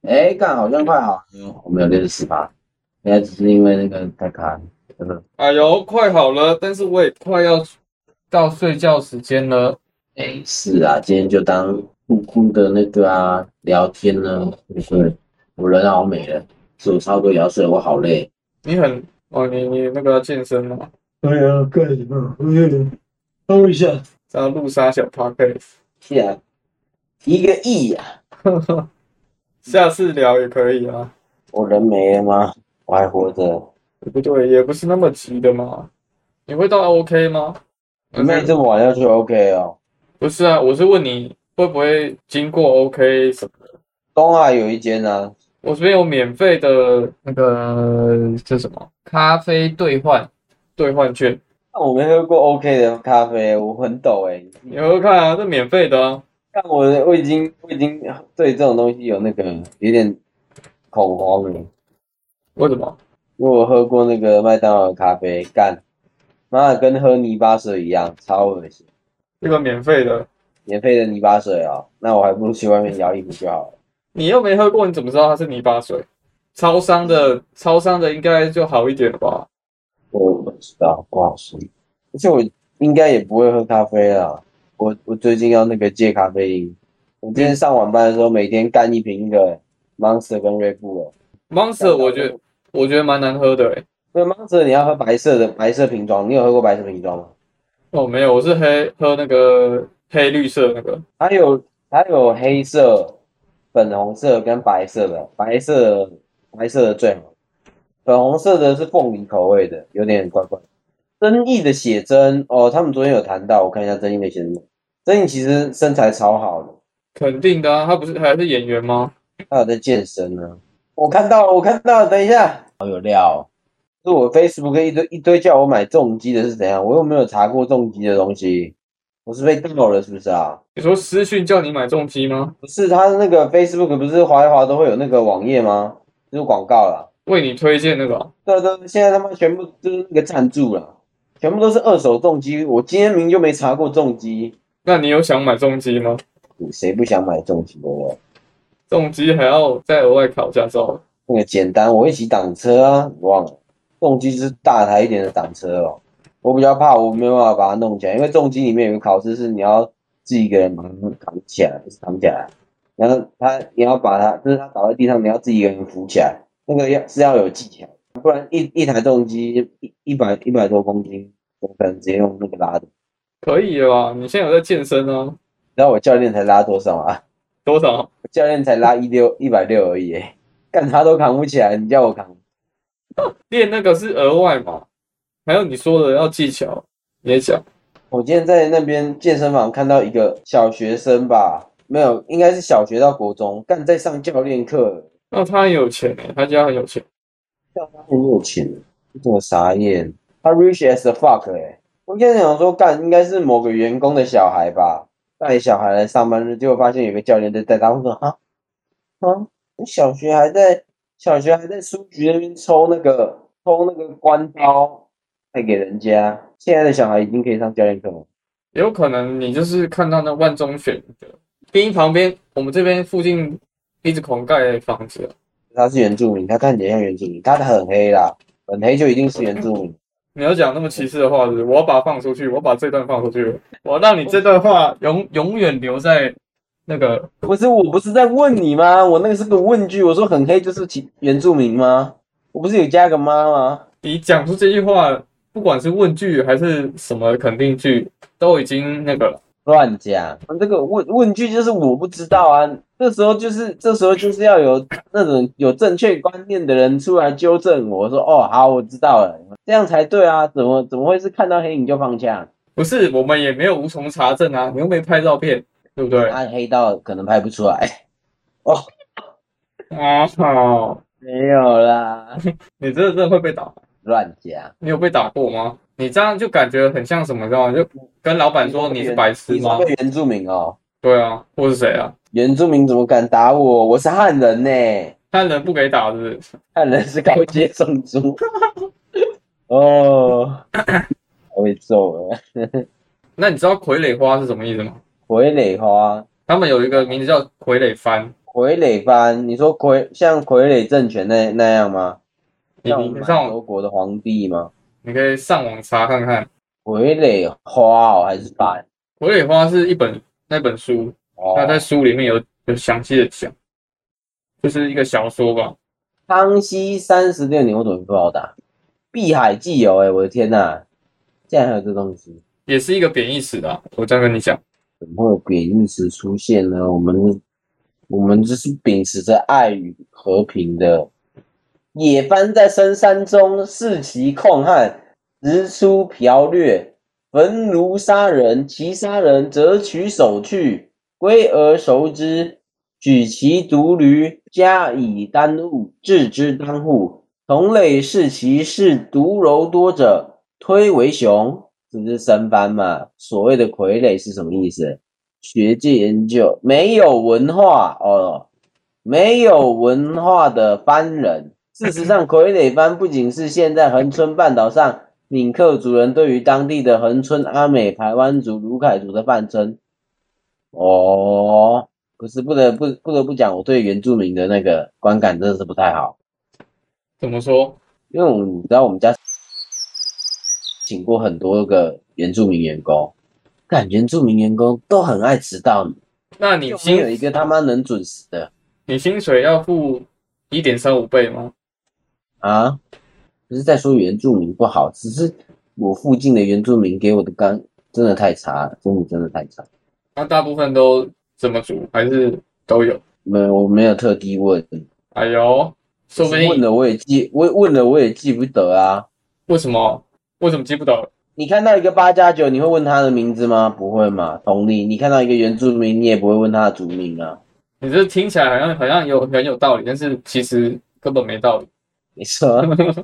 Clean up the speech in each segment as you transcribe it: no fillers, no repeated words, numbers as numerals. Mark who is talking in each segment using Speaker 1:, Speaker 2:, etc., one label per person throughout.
Speaker 1: 哎，干好像快好了，我没有60%，应该只是因为那个太卡，真的。
Speaker 2: 哎呦，快好了，但是我也快要到睡觉时间了。
Speaker 1: 哎，是啊，今天就当酷酷的那个啊聊天呢，就是我人好美了，手超多摇水，我好累。
Speaker 2: 你很哦，你那个健身吗？
Speaker 1: 哎呀，干什么？等一下，
Speaker 2: 在路杀小 podcast，
Speaker 1: 是啊，1个亿呀、
Speaker 2: 下次聊也可以啊。
Speaker 1: 我人没了吗？我还活着。
Speaker 2: 不对，也不是那么急的嘛。你会到 OK 吗？
Speaker 1: 你妹这么晚要去 OK 哦？
Speaker 2: 不是啊，我是问你会不会经过 OK 什么？
Speaker 1: 东海有一间啊，
Speaker 2: 我这边有免费的那个叫什么咖啡兑换券，
Speaker 1: 但我没喝过 OK 的咖啡，我很抖哎、
Speaker 2: 你喝喝看啊，这免费的啊。
Speaker 1: 但我已经对这种东西有那个有点恐慌了，
Speaker 2: 为什么？
Speaker 1: 因为我喝过那个麦当劳的咖啡，干，妈的跟喝泥巴水一样，超恶心。
Speaker 2: 这个免费的，
Speaker 1: 免费的泥巴水哦，那我还不如去外面摇一壶就好了。
Speaker 2: 你又没喝过，你怎么知道它是泥巴水？超商的应该就好一点了吧？
Speaker 1: 我不知道，不好说。而且我应该也不会喝咖啡啦。我最近要那个戒咖啡因。我今天
Speaker 2: 你
Speaker 1: 上晚班的时候，每天干一瓶那个 Monster 跟 Red Bull 哦。
Speaker 2: Monster
Speaker 1: 干到那
Speaker 2: 我觉得蛮难喝的诶。
Speaker 1: 那 Monster 你要喝白色的白色瓶装，你有喝过白色瓶装吗？
Speaker 2: 哦，没有，我是喝那个黑绿色那个。
Speaker 1: 它有黑色、粉红色跟白色的，白色的最好，粉红色的是凤梨口味的，有点怪怪。争议的写真哦，他们昨天有谈到，我看一下争议的写真。争议其实身材超好的，
Speaker 2: 肯定的啊，他不是还是演员吗？
Speaker 1: 他有在健身呢。我看到了，等一下，好有料哦。是我 Facebook 一堆叫我买重机的是怎样？我又没有查过重机的东西，我是被盗了是不是啊？
Speaker 2: 你说私讯叫你买重机吗？
Speaker 1: 不是，他那个 Facebook 不是滑一滑都会有那个网页吗？就是广告啦。
Speaker 2: 为你推荐那个哦。
Speaker 1: 对对，现在他妈全部就是那个赞助了，全部都是二手重机。我今天明明就没查过重机，
Speaker 2: 那你有想买重机吗？
Speaker 1: 谁不想买重机的？
Speaker 2: 重机还要再额外考驾照。
Speaker 1: 那个简单，我一起挡车啊，你忘了？重机是大台一点的挡车哦。我比较怕我没有办法把它弄起来，因为重机里面有个考试是你要自己一个人把它扛起来，不是扛起来，然后你要把它，就是它倒在地上，你要自己一个人扶起来，那个要有技巧，不然一台重机一百多公斤，我可能直接用那个拉的。
Speaker 2: 可以的吧？你现在有在健身啊？
Speaker 1: 然后我教练才拉多少啊？
Speaker 2: 多少？
Speaker 1: 我教练才拉160、160而已耶，干他都扛不起来，你叫我扛？
Speaker 2: 练那个是额外嘛？还有你说的要技巧也讲。
Speaker 1: 我今天在那边健身房看到一个小学生吧，没有，应该是小学到国中，干在上教练课，
Speaker 2: 那他很有钱诶，他家很有钱。
Speaker 1: 叫他很有钱，我怎么傻眼？他 rich as the fuck 我一开始想说干应该是某个员工的小孩吧，带小孩来上班日，结果发现有个教练在带他，我说你小学还在书局那边抽那个关刀卖给人家，现在的小孩已经可以上教练课了。
Speaker 2: 有可能你就是看到那万中选一的。兵旁边，我们这边附近一直狂盖房子啊。
Speaker 1: 他是原住民，他看起来像原住民，他很黑啦，很黑就一定是原住民。
Speaker 2: 你要讲那么歧视的话，是不是我要把它放出去，我要把这段放出去，我要让你这段话永远留在那个。
Speaker 1: 不是，我不是在问你吗？我那个是个问句，我说很黑就是原住民吗？我不是有加个妈吗？
Speaker 2: 你讲出这句话，不管是问句还是什么肯定句，都已经那个了。
Speaker 1: 乱讲，这个问句就是我不知道啊。这时候就是要有那种有正确观念的人出来纠正我，我说哦好，我知道了，这样才对啊。怎么会是看到黑影就放枪？
Speaker 2: 不是，我们也没有无从查证啊，你又没拍照片，对不对？
Speaker 1: 他黑到可能拍不出来哦，
Speaker 2: 啊，好，
Speaker 1: 没有啦，
Speaker 2: 你真的会被打？
Speaker 1: 乱讲。
Speaker 2: 你有被打过吗？你这样就感觉很像什么，知道吗？就跟老板
Speaker 1: 你说
Speaker 2: 说你是
Speaker 1: 被原
Speaker 2: 白痴吗？
Speaker 1: 你说被原住民哦，
Speaker 2: 对啊，或是谁啊？
Speaker 1: 原住民怎么敢打我？我是汉人呢，
Speaker 2: 看人不给打，是不是？
Speaker 1: 汉人是高阶种族哦，我被揍了。
Speaker 2: 那你知道傀儡花是什么意思吗？
Speaker 1: 傀儡花，
Speaker 2: 他们有一个名字叫傀儡番。
Speaker 1: 傀儡番，你说像傀儡政权那样吗？像
Speaker 2: 你
Speaker 1: 满
Speaker 2: 上网，
Speaker 1: 洲国的皇帝吗？
Speaker 2: 你可以上网查看看。
Speaker 1: 傀儡花哦，还是番？
Speaker 2: 《傀儡花》是那本书，那在
Speaker 1: 哦，
Speaker 2: 书里面有详细的讲，就是一个小说吧。
Speaker 1: 康熙36年我怎么不知道的？碧海记游，我的天呐，竟然还有这东西！
Speaker 2: 也是一个贬义词的啊，我这样跟你讲。
Speaker 1: 怎么会有贬义词出现呢？我们这是秉持着爱与和平的。野番在深山中视其控悍，直出剽掠，焚炉杀人。其杀人则取首去，归而熟之，举其独驴，加以丹物，置之当户。同类视其是毒柔多者，推为雄。这是生番嘛？所谓的傀儡是什么意思？学界研究没有文化哦，没有文化的番人。事实上，傀儡番不仅是现在恒春半岛上闽客族人对于当地的恒春、阿美、排湾族、鲁凯族的泛称。哦，可是不得不讲，我对原住民的那个观感真的是不太好，
Speaker 2: 怎么说？
Speaker 1: 因为你知道我们家请过很多个原住民员工，感原住民员工都很爱迟到，
Speaker 2: 那你
Speaker 1: 就没有一个他妈能准时的
Speaker 2: 你薪水要付1.35倍吗？
Speaker 1: 啊！不是在说原住民不好，只是我附近的原住民给我的肝真的太差了，真的太差。
Speaker 2: 那大部分都怎么煮，还是都有？
Speaker 1: 我没有特地问，
Speaker 2: 哎呦，说不定
Speaker 1: 问了我也记不得啊。
Speaker 2: 为什么记不得？
Speaker 1: 你看到一个8+9，你会问他的名字吗？不会嘛。同理，你看到一个原住民，你也不会问他的族名啊。
Speaker 2: 你这听起来好像很有道理，但是其实根本没道理。
Speaker 1: 你说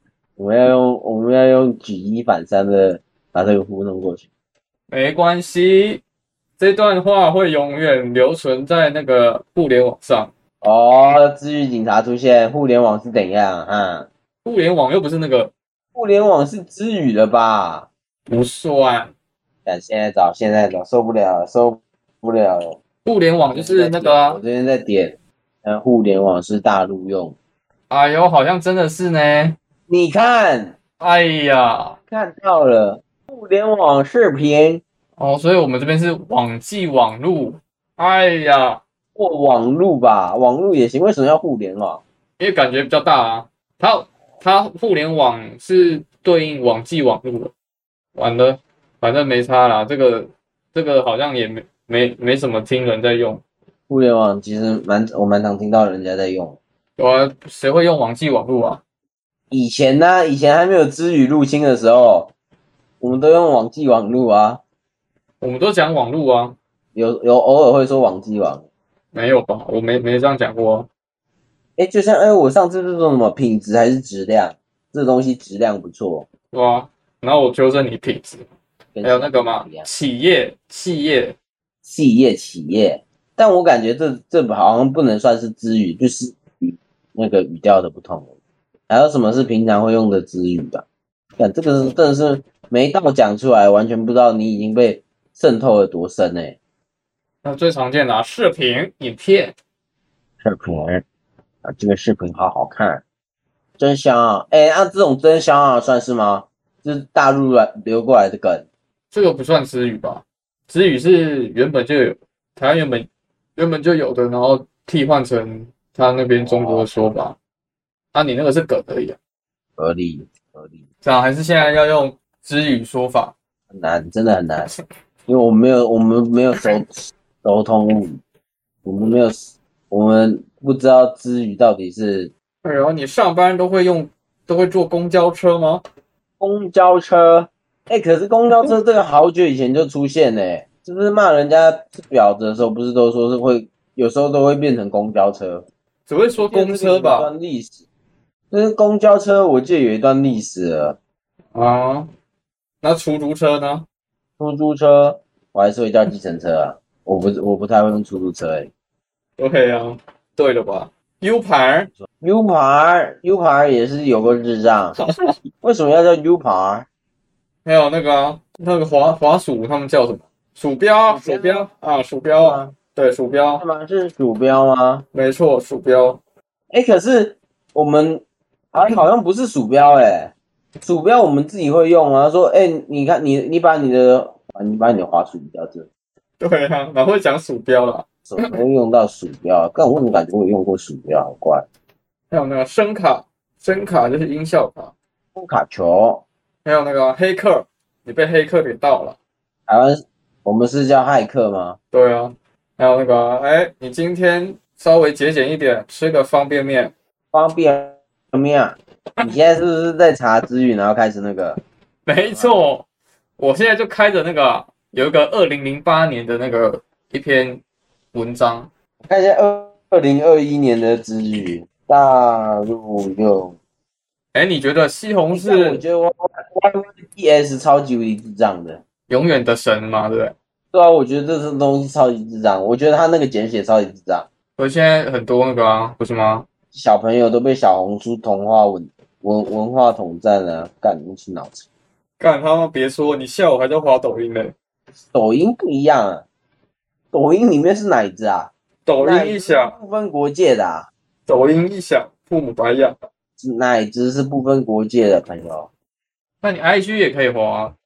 Speaker 1: 我们要用举一反三的把这个糊弄过去。
Speaker 2: 没关系，这段话会永远留存在那个互联网上。
Speaker 1: 哦，治愈警察出现，互联网是怎样啊？
Speaker 2: 互联网又不是那个，
Speaker 1: 互联网是知语了吧？
Speaker 2: 不算。
Speaker 1: 但现在找，受不了了，受不了了。
Speaker 2: 互联网就是那个啊。
Speaker 1: 我这边在点，互联网是大陆用。
Speaker 2: 哎呦，好像真的是呢。
Speaker 1: 你看，
Speaker 2: 哎呀，
Speaker 1: 看到了，互联网视频
Speaker 2: 哦，所以我们这边是网际网路。哎呀，
Speaker 1: 或网路吧，网路也行。为什么要互联网？
Speaker 2: 因为感觉比较大啊。它互联网是对应网际网路的。完了，反正没差啦。这个好像也没什么听人在用。
Speaker 1: 互联网其实我蛮常听到人家在用。
Speaker 2: 有啊，谁会用网际网路啊？
Speaker 1: 以前呢，以前还没有知语入侵的时候，我们都用网际网路啊，
Speaker 2: 我们都讲网路啊。
Speaker 1: 有偶尔会说网际网。
Speaker 2: 没有吧？我没这样讲过啊。
Speaker 1: 就像我上次是说什么品质还是质量，这东西质量不错，
Speaker 2: 对吧？然后我纠正你品质。还有那个嘛，企业，
Speaker 1: 企业，但我感觉这好像不能算是知语，就是那个语调的不同。还有什么是平常会用的知语吧？但这个真的是没道讲出来，完全不知道你已经被渗透了多深
Speaker 2: 那最常见的啊，视频、影片。
Speaker 1: 视频啊，这个视频好好看，真香啊！这种真香啊，算是吗？就是大陆流过来的梗。
Speaker 2: 这个不算知语吧？知语是原本就有，台湾原本就有的，然后替换成他那边中国的说法。你那个是梗而已啊。
Speaker 1: 合理。
Speaker 2: 这样还是现在要用知语说法？
Speaker 1: 很难，真的很难，因为我们没有熟通物，我们不知道知语到底是
Speaker 2: 然后你上班都会坐公交车吗？
Speaker 1: 公交车。可是公交车这个好久以前就出现就是骂人家是婊子的时候，不是都说是会有时候都会变成公交车，
Speaker 2: 只会说公车吧？
Speaker 1: 有一段历史，就是公交车，我记得有一段历史了。
Speaker 2: 啊，那出租车呢？
Speaker 1: 出租车我还是会叫计程车啊，我不太会用出租车
Speaker 2: OK 啊，对了吧？U 盘
Speaker 1: U 盘也是有个智障，为什么要叫 U 盘？
Speaker 2: 还有那个滑鼠，他们叫什么？鼠标啊，鼠标啊。 对，鼠标，
Speaker 1: 干嘛是鼠标吗？
Speaker 2: 没错，鼠标。
Speaker 1: 可是我们好像不是鼠标鼠标我们自己会用啊。说你看你把你的滑鼠移到这里，
Speaker 2: 对啊，哪会讲鼠标啦？
Speaker 1: 怎么会用到鼠标？但我怎么感觉我有用过鼠标，好怪。
Speaker 2: 还有那个声卡，声卡就是音效卡。
Speaker 1: 卡球，
Speaker 2: 还有那个黑客，你被黑客给盗了。
Speaker 1: 台湾我们是叫骇客吗？
Speaker 2: 对啊，还有那个，你今天稍微节俭一点，吃个方便面。
Speaker 1: 方便面，你现在是不是在查资源，然后开始那个？
Speaker 2: 没错，我现在就开着那个有一个2008年的那个一篇文章。
Speaker 1: 看一下2021年的资源，大陆用。
Speaker 2: 你觉得西红
Speaker 1: 我
Speaker 2: 柿
Speaker 1: 觉得YYDS 超级无敌智障的。
Speaker 2: 永远的神嘛，对不对？
Speaker 1: 对啊，我觉得这东西超级智障，我觉得他那个简写超级智障。
Speaker 2: 我现在很多那个啊，不是吗？
Speaker 1: 小朋友都被小红书同化文化统战了，干你去脑子。
Speaker 2: 干他们别说，你下午还在滑抖音呢。
Speaker 1: 抖音不一样啊，抖音里面是奶子啊，
Speaker 2: 抖音一响，
Speaker 1: 不分国界的啊，
Speaker 2: 抖音一响，父母白养。
Speaker 1: 奶子是不分国界的朋友。
Speaker 2: 那你 IG 也可以滑啊。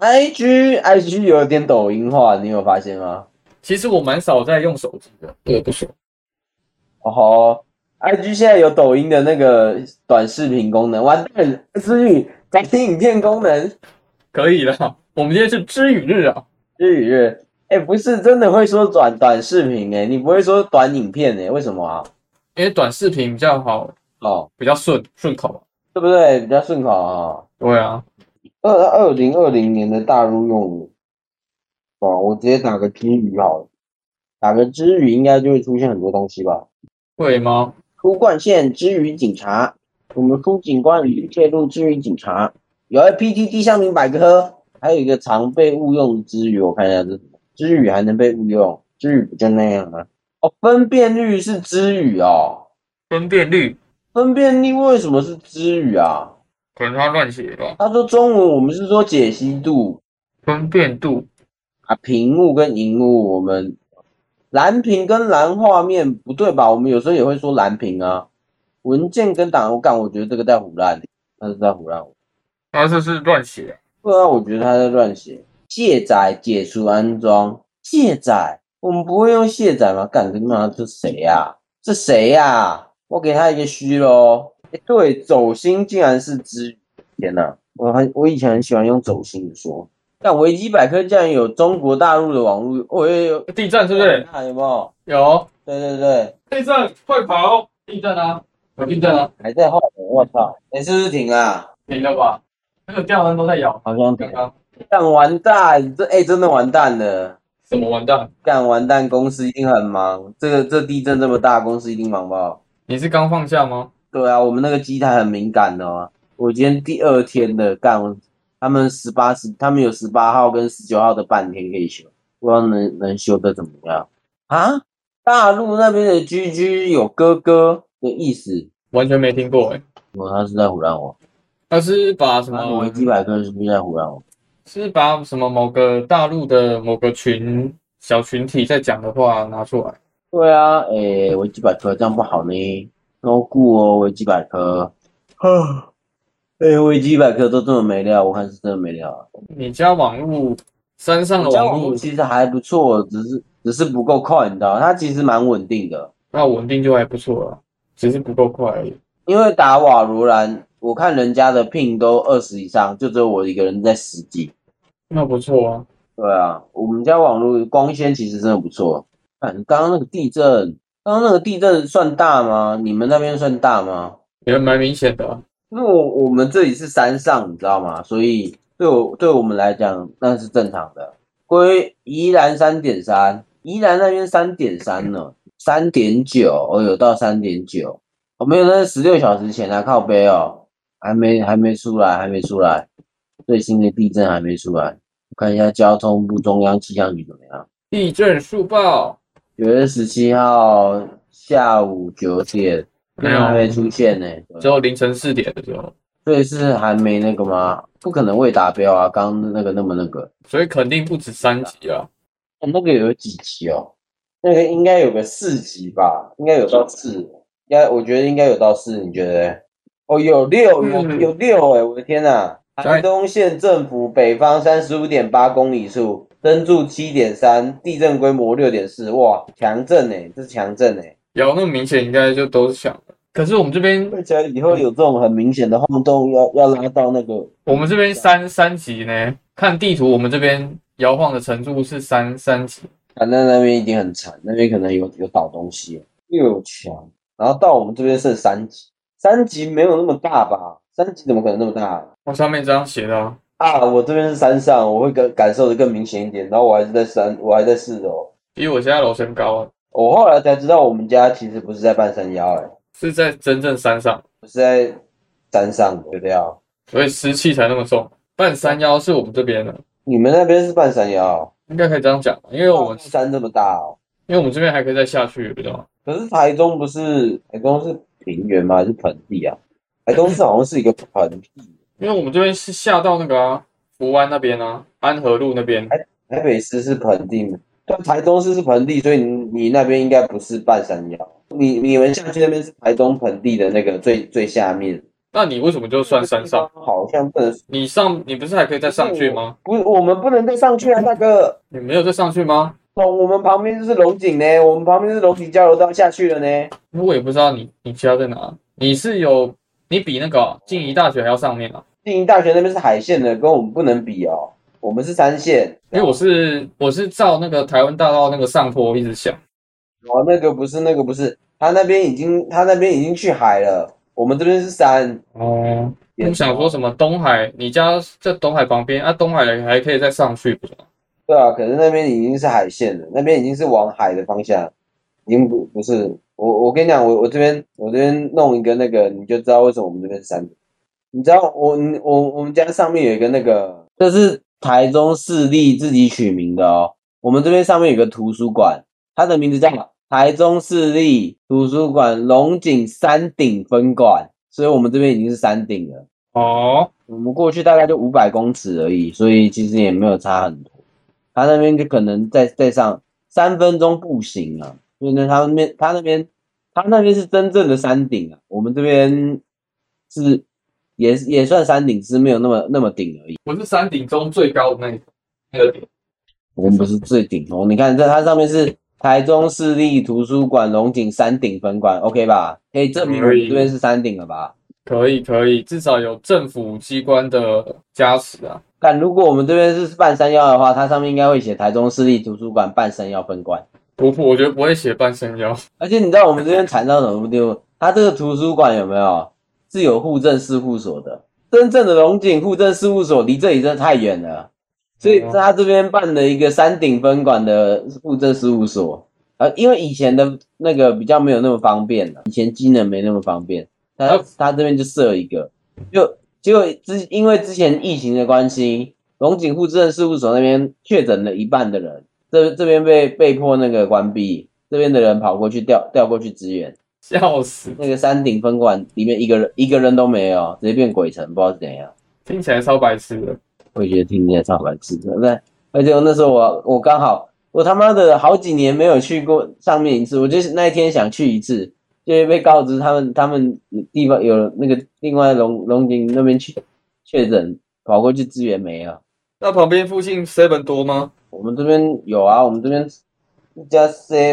Speaker 1: IG 有点抖音化，你有发现吗？
Speaker 2: 其实我蛮少在用手机的，不得不说。
Speaker 1: 哦，IG 现在有抖音的那个短视频功能，完蛋，思雨改影片功能，
Speaker 2: 可以啦，我们今天是知语日啊。
Speaker 1: 知语日，不是真的会说短视频你不会说短影片为什么啊？
Speaker 2: 因为短视频比较好
Speaker 1: 哦，
Speaker 2: 比较顺口，
Speaker 1: 对不对？比较顺口啊。
Speaker 2: 对啊。
Speaker 1: 2020年的大陆用语，我直接打个知语好了，打个知语应该就会出现很多东西吧？
Speaker 2: 会吗？
Speaker 1: 出冠县知语警察，我们出警官与介入知语警察，有 PTT 乡民百科，还有一个常被误用的知语，我看一下这是什么？知语还能被误用？知语不就那样吗？分辨率是知语哦。
Speaker 2: 分辨率
Speaker 1: 为什么是知语啊？
Speaker 2: 可能他乱写吧。
Speaker 1: 他说中文我们是说解析度，
Speaker 2: 分辨度
Speaker 1: 屏幕跟荧幕我们蓝屏跟蓝画面不对吧？我们有时候也会说蓝屏啊。文件跟档案，我觉得这个在胡乱，他是在胡乱。
Speaker 2: 他这是乱写。
Speaker 1: 对啊，我觉得他在乱写。卸载、解除、安装。卸载，我们不会用卸载吗？干他妈，这谁呀？这谁呀？我给他一个虚咯。对，走心竟然是知语，天哪！我以前很喜欢用走心说。但维基百科竟然有中国大陆的网络，有
Speaker 2: 地震是不是？
Speaker 1: 有没有？
Speaker 2: 有。
Speaker 1: 对对对，
Speaker 2: 地震，快跑！地震啊！有地震啊！
Speaker 1: 还在后面，我操！是不是停啊？
Speaker 2: 停了吧？那个吊灯都在摇。
Speaker 1: 好像停。
Speaker 2: 刚刚
Speaker 1: 干完蛋，真的完蛋了。
Speaker 2: 什么完蛋？
Speaker 1: 干完蛋，公司一定很忙。这地震这么大，公司一定忙爆。
Speaker 2: 你是刚放假吗？
Speaker 1: 对啊，我们那个机台很敏感的哦。我今天第2天的干，他们有18号跟19号的半天可以休，不知道能休得怎么样啊？大陆那边的 GG 有哥哥的意思，
Speaker 2: 完全没听过
Speaker 1: 他是在唬烂我。
Speaker 2: 他是把什么
Speaker 1: 维基百科是不是在唬烂我？
Speaker 2: 是把什么某个大陆的某个小群体在讲的话拿出来。
Speaker 1: 对啊，维基百科这样不好呢。no 顾哦，维基百科。维基百科都这么没料，我看是真的没料啊。
Speaker 2: 你家网络山上的网络
Speaker 1: 其实还不错，只是不够快，你知道，它其实蛮稳定的。
Speaker 2: 那稳定就还不错了，只是不够快而已。
Speaker 1: 因为打瓦罗兰，我看人家的ping都20以上，就只有我一个人在10几。
Speaker 2: 那不错啊。
Speaker 1: 对啊，我们家网络光纤其实真的不错。刚刚那个地震算大吗？你们那边算大吗？
Speaker 2: 也蛮明显的
Speaker 1: 因为我们这里是山上，你知道吗？所以对我们来讲那是正常的。归宜兰3.3，宜兰那边3.3呢，3.9，有到3.9，没有，那是16小时前靠背哦，还没出来，最新的地震还没出来。我看一下交通部中央气象局怎么样？
Speaker 2: 地震速报
Speaker 1: 9月17号下午9点。还没出现呢，
Speaker 2: 只有凌晨4点的时候，
Speaker 1: 所以是还没那个吗？不可能未达标啊！刚那个那么那个，
Speaker 2: 所以肯定不止3级啊。
Speaker 1: 那个有几级哦？ 那个应该有个4级吧，应该有到4，我觉得应该有到4，你觉得？哦，有6我的天哪！台东县政府北方35.8公里处，登筑7.3，地震规模6.4，哇，强震这是强震
Speaker 2: 有那么明显，应该就都是强的。可是我们这边，
Speaker 1: 而且以后有这种很明显的晃动，要拉到那个，
Speaker 2: 我们这边三级呢。看地图，我们这边摇晃的程度是三级。
Speaker 1: 那边一定很惨，那边可能有倒东西，又有墙，然后到我们这边剩3级，3级没有那么大吧？3级怎么可能那么大？
Speaker 2: 我上面这样写的
Speaker 1: 我这边是山上，我会感受的更明显一点。然后我还是在我还在4楼，
Speaker 2: 比我现在楼层高。
Speaker 1: 我后来才知道，我们家其实不是在半山腰，
Speaker 2: 是在真正山上，
Speaker 1: 不是在山上的，对不对？
Speaker 2: 所以湿气才那么重。半山腰是我们这边的，
Speaker 1: 你们那边是半山腰，
Speaker 2: 应该可以这样讲，因为我们
Speaker 1: 山这么大
Speaker 2: 因为我们这边还可以再下去，知道吗？
Speaker 1: 可是台中是平原吗？还是盆地啊？台中是好像是一个盆地。
Speaker 2: 因为我们这边是下到那个福湾那边安和路那边。
Speaker 1: 台北市是盆地吗？对，台中市是盆地，所以你那边应该不是半山腰。你们下去那边是台中盆地的那个最下面。
Speaker 2: 那你为什么就算山上？
Speaker 1: 好像不能。
Speaker 2: 你不是还可以再上去吗？
Speaker 1: 不是，我们不能再上去啊，大哥。
Speaker 2: 你没有再上去吗？
Speaker 1: 我们旁边就是龙井呢，我们旁边是龙井交流道下去了呢。
Speaker 2: 我也不知道你家在哪。你比那个静宜大学还要上面啊？
Speaker 1: 静宜大学那边是海线的，跟我们不能比哦。我们是山线。
Speaker 2: 因为我是照那个台湾大道那个上坡一直想。
Speaker 1: 那个不是，他那边已经去海了。我们这边是山。
Speaker 2: 我想说什么东海，你家在东海旁边啊？东海还可以再上去，不是吗？
Speaker 1: 对啊，可是那边已经是海线了，那边已经是往海的方向，已经不是。我跟你讲，我这边弄一个那个，你就知道为什么我们这边是山。你知道我们家上面有一个那个，这是台中市立自己取名的哦。我们这边上面有个图书馆，它的名字叫台中市立图书馆龙井山顶分馆，所以我们这边已经是山顶了。我们过去大概就500公尺而已，所以其实也没有差很多。他那边就可能再上3分钟步行啊，所以呢，他那边是真正的山顶啊，我们这边是也算山顶，是没有那么顶而已。
Speaker 2: 我是山顶中最高的那个点，
Speaker 1: 我们不是最顶哦。你看它上面是台中市立图书馆龙井山顶分馆 ，OK 吧？可以证明我们这边是山顶了吧？
Speaker 2: 可以，至少有政府机关的加持啊。
Speaker 1: 但如果我们这边是半山腰的话，它上面应该会写台中市立图书馆半山腰分馆。
Speaker 2: 我觉得不会写半山腰。
Speaker 1: 而且你知道我们这边惨到什么地步？它这个图书馆有没有是有户政事务所的？真正的龙井户政事务所离这里真的太远了，所以他这边办了一个山顶分馆的户政事务所。因为以前的那个比较没有那么方便了，以前机能没那么方便，他这边就设一个，结果因为之前疫情的关系，龙井户政事务所那边确诊了一半的人，这边被迫那个关闭，这边的人跑过去调过去支援，
Speaker 2: 笑死！
Speaker 1: 那个山顶分馆里面一个人都没有，直接变鬼城，不知道是怎样。
Speaker 2: 听起来超白痴的。
Speaker 1: 我也觉得听起来超白痴的，对。而且那时候我刚好我他妈的好几年没有去过上面一次，我就是那一天想去一次，就被告知他们地方有那个另外龙井那边确诊，跑过去支援没了。
Speaker 2: 那旁边附近 7 多吗？
Speaker 1: 我们这边有啊，我们这边一家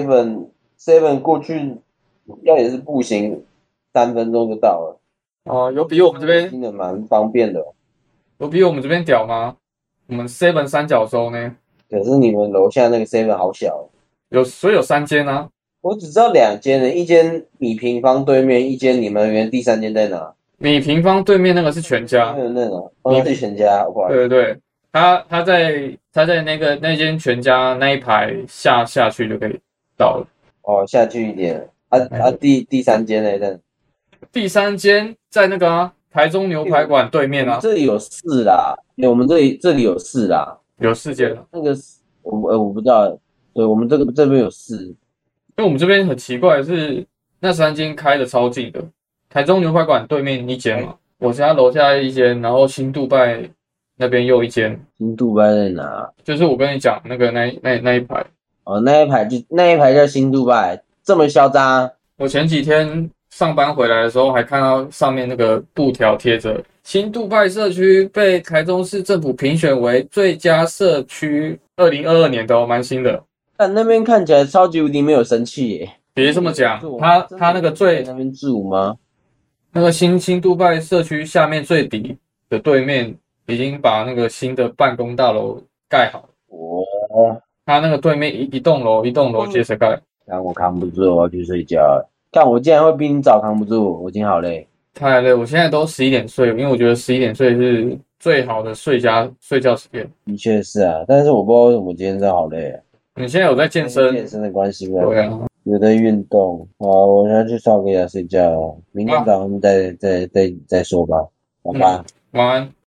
Speaker 1: 7过去要也是步行3分钟就到了。
Speaker 2: 有比我们这边
Speaker 1: 真的蛮方便的。
Speaker 2: 有比我们这边屌吗？我们 7 三角洲呢？
Speaker 1: 可是你们楼下那个 7 好小。
Speaker 2: 所以有3间啊。我
Speaker 1: 只知道2间的，一间米平方对面，一间你们园，第3间在哪？
Speaker 2: 米平方对面那个是全家。
Speaker 1: 那是全家，不好意思。
Speaker 2: 对，他在那间全家那一排下去就可以到了。
Speaker 1: 下去一点。第3间呢？在
Speaker 2: 第3间在那个台中牛排馆对面啊。
Speaker 1: 这里有4啦，我们这里有4啦，
Speaker 2: 有4间。
Speaker 1: 那个我不知道，对，我们这边有4。
Speaker 2: 因为我们这边很奇怪的是，那3间开的超近的，台中牛排馆对面一间嘛，我家楼下一间，然后新杜拜那边又一间。
Speaker 1: 新杜拜在哪？
Speaker 2: 就是我跟你讲那个那一排。
Speaker 1: 哦，那一排叫新杜拜，这么嚣张。
Speaker 2: 我前几天上班回来的时候，还看到上面那个布条贴着新杜拜社区被台中市政府评选为最佳社区，2022年的哦，蛮新的。
Speaker 1: 但那边看起来超级无敌没有生气耶。
Speaker 2: 别这么讲，
Speaker 1: 真的
Speaker 2: 他那个
Speaker 1: 在那边住吗？
Speaker 2: 那个新杜拜社区下面最底的对面，已经把那个新的办公大楼盖好。
Speaker 1: 哦，
Speaker 2: 他那个对面一栋楼接着盖。
Speaker 1: 看我扛不住，我要去睡觉了。看我竟然会比你早扛不住，我今天好累。
Speaker 2: 太累，我现在都11点睡，因为我觉得11点睡是最好的睡觉时间。
Speaker 1: 的确是啊，但是我不知道为什么今天真的好累啊。
Speaker 2: 你现在有在健身？
Speaker 1: 健身的关系吗？
Speaker 2: 对啊。
Speaker 1: 有的运动。好，我现在去刷个牙睡觉了，明天早上再说吧，好吧。
Speaker 2: 晚安。